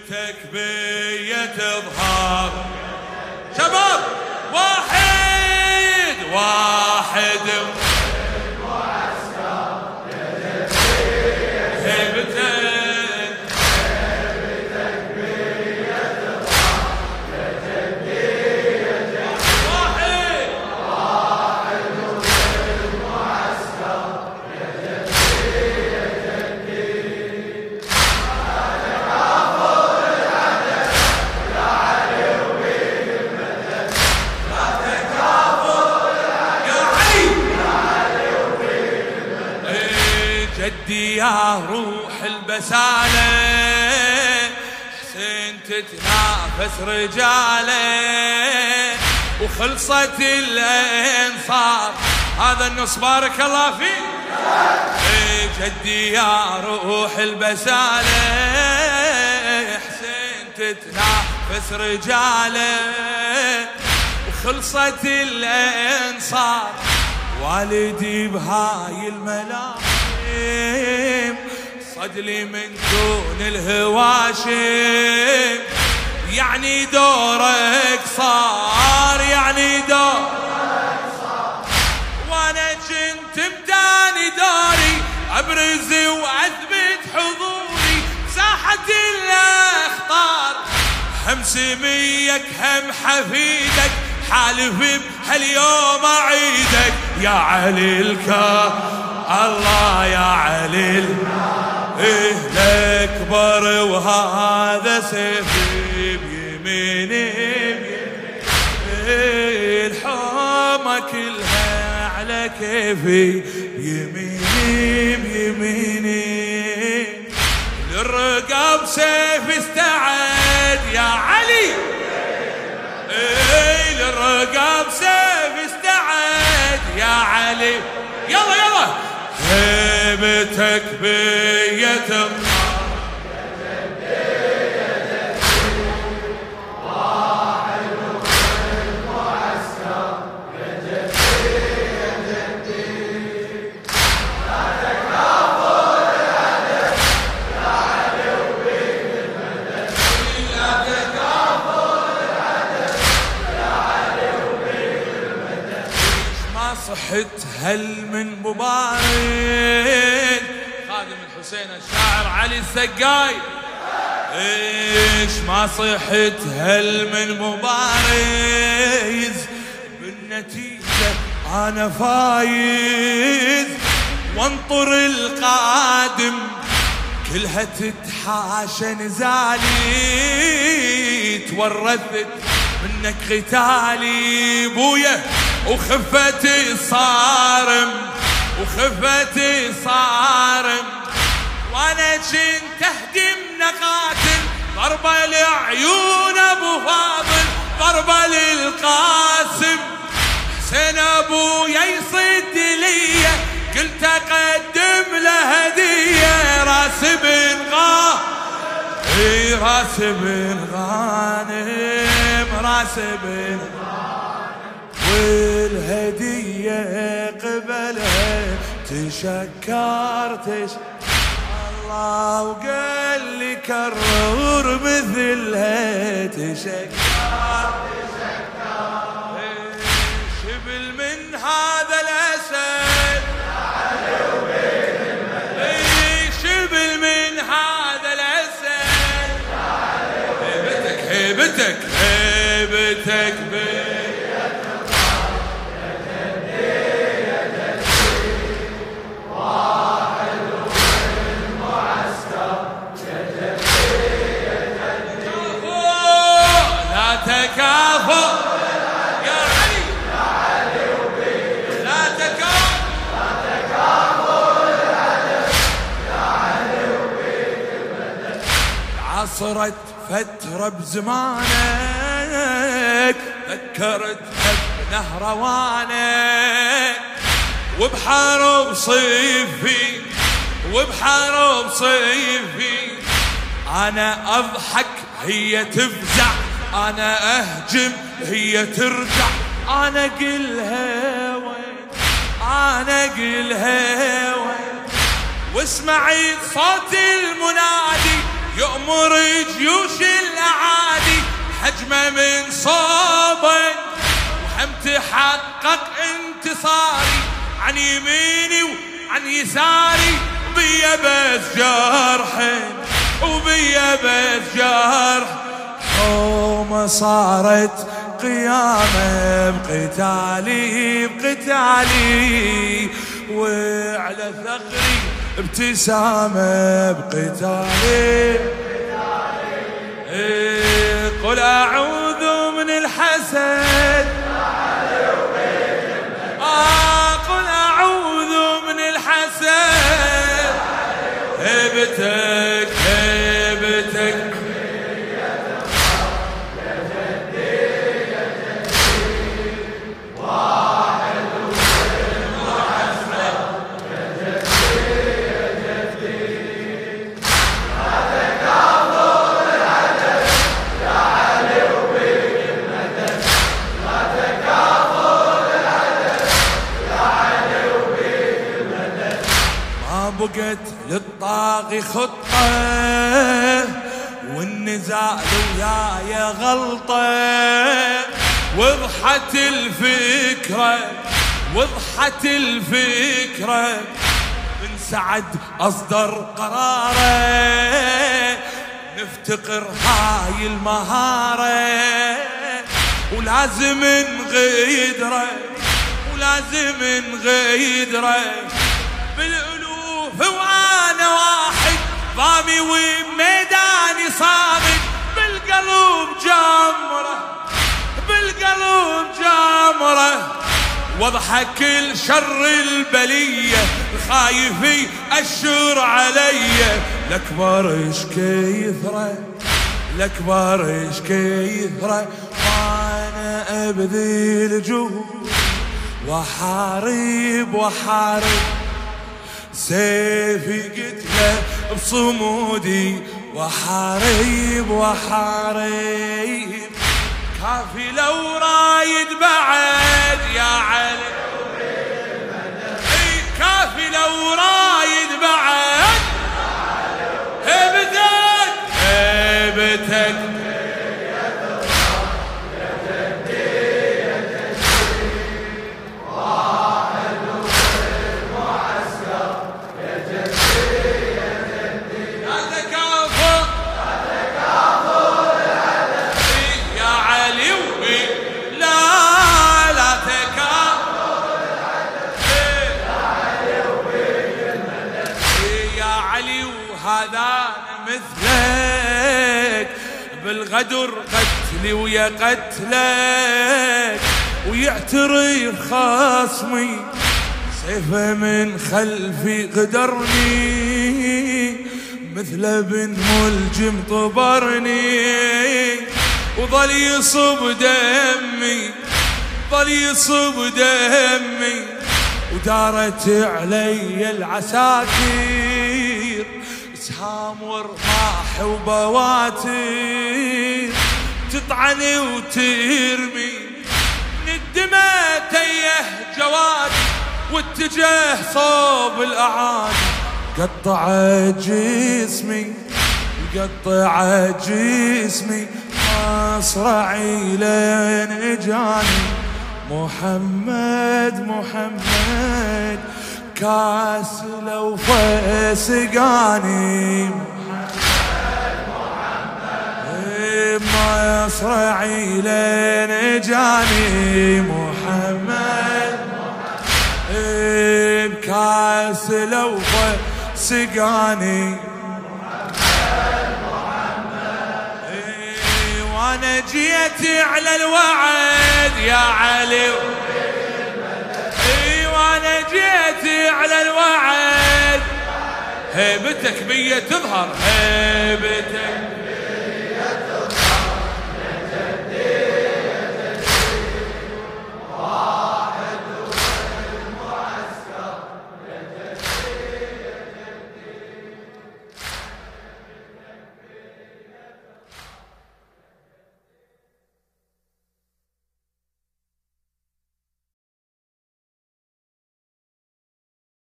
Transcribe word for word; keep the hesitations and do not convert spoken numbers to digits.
هيبتك بيا تظهر. شباب واحد واحد جدي يا روح البسالة، حسين تتنافس رجاله وخلصت الانصار. هذا النص بارك الله فيه. جدي يا روح البسالة، حسين تتنافس رجاله وخلصت الانصار. والدي بهاي الملام صدلي من دون الهواشم، يعني دورك صار، يعني دورك صار. وانا كنت بداني دوري ابرز واثبت حضوري ساحة الاخطار. هم سميك هم حفيدك حالف بهاليوم اعيدك يا علي الكا الله يا علي إيه الأكبر. وهذا سيفي بيميني إيه الحومة كلها على كيفي بيميني بيميني. للرقاب سيف استعد يا علي إيه للرقاب سيف استعد يا علي. يلا يلا هيبتك بيا تظهر. واحد المعسكر يا جدي يا جدي. لا تكافر العدد يا علي وبيك المدد. لا تكافر العدد يا علي وبيك المدد. ما صحت هل من مبارك خادم الحسين الشاعر علي السقاي. ايش ما صحت هل من مبارز بالنتيجة انا فايز. وانطر القادم كلها تتحاشى نزالي. تورثت منك قتالي بويا وخفتي صارم وخفتي صارم. وانا كنت اهدم نقاتل ضربة لعيون ابو فاضل ضربة للقاسم. حسين ابويا يصد لي قلت اقدم له هدية راس بن غانم اي راس بن غانم راس بن والهدية قبلها تشكر تشكر الله وقال لي كرر مثلها تشكر تشكر. شبل من هذا الأسد شبل من هذا الأسد. هيبتك هيبتك هيبتك بي تكافؤ يا علي يا علي وبيك. لا تكافؤ لا تكافؤ العدد يا علي وبيك المدد. عصرت فترة بزمانك ذكرتها بنهروانك وبحرب صيفي وبحرب صيفي. انا اضحك هي تفزع انا اهجم هي ترجع. انا قلها وين انا قلها وين. واسمعي صوت المنادي يؤمر تمر جيوش الأعادي حجمه من صوبك، وهم تحقق انتصاري عن يميني وعن يساري، بيا بس جرحين وبيا بس جرح. يوم صارت قيامة بقتالي بقتالي، وعلى ثغري ابتسامة بقتالي. إيه قل أعوذ من الحسد، آه قل أعوذ من الحسد. هيبتك هيبتك بقت للطاغي خطة، والنزال وياي غلطة. وضحت الفكرة وضحت الفكرة، بن سعد أصدر قراره، نفتقر هاي المهارة ولازم نغيدره ولازم نغيدره. بالألوف وانا واحد ضامي وميداني صامد، بالقلب جمره بالقلب جمره. واضحك كل شر البلية خايف يأشر علي، الأكبر ايش كيثره الأكبر ايش كيثره. وانا ابذل جهد وحارب وحارب، سيفي قتله بصمودي وحارب وحارب. كافي لو رايد بعد يا علي، اي كافي لو رايد بعد. هبتك هبتك هذا مثلك، بالغدر قتلي ويا قتلك. ويعترف خصمي سيفه من خلفي غدرني، مثل ابن ملجم طبرني. وظل يصب دمي ظل يصب دمي، ودارت علي العساكر سهام ورماح وبواتر، تطعني وترمي من الدماء تيه جواد، واتجاه صوب الأعادي. قطع جسمي قطع جسمي، مصرعي لين اجاني محمد محمد. كاس لو فسقاني محمد محمد، ما يصرعي لين اجاني محمد محمد. كاس لو فسقاني محمد محمد. وانا جيت على الوعد يا علي، وانا جيت على الوعد. هيبتك بيا تظهر هيبتك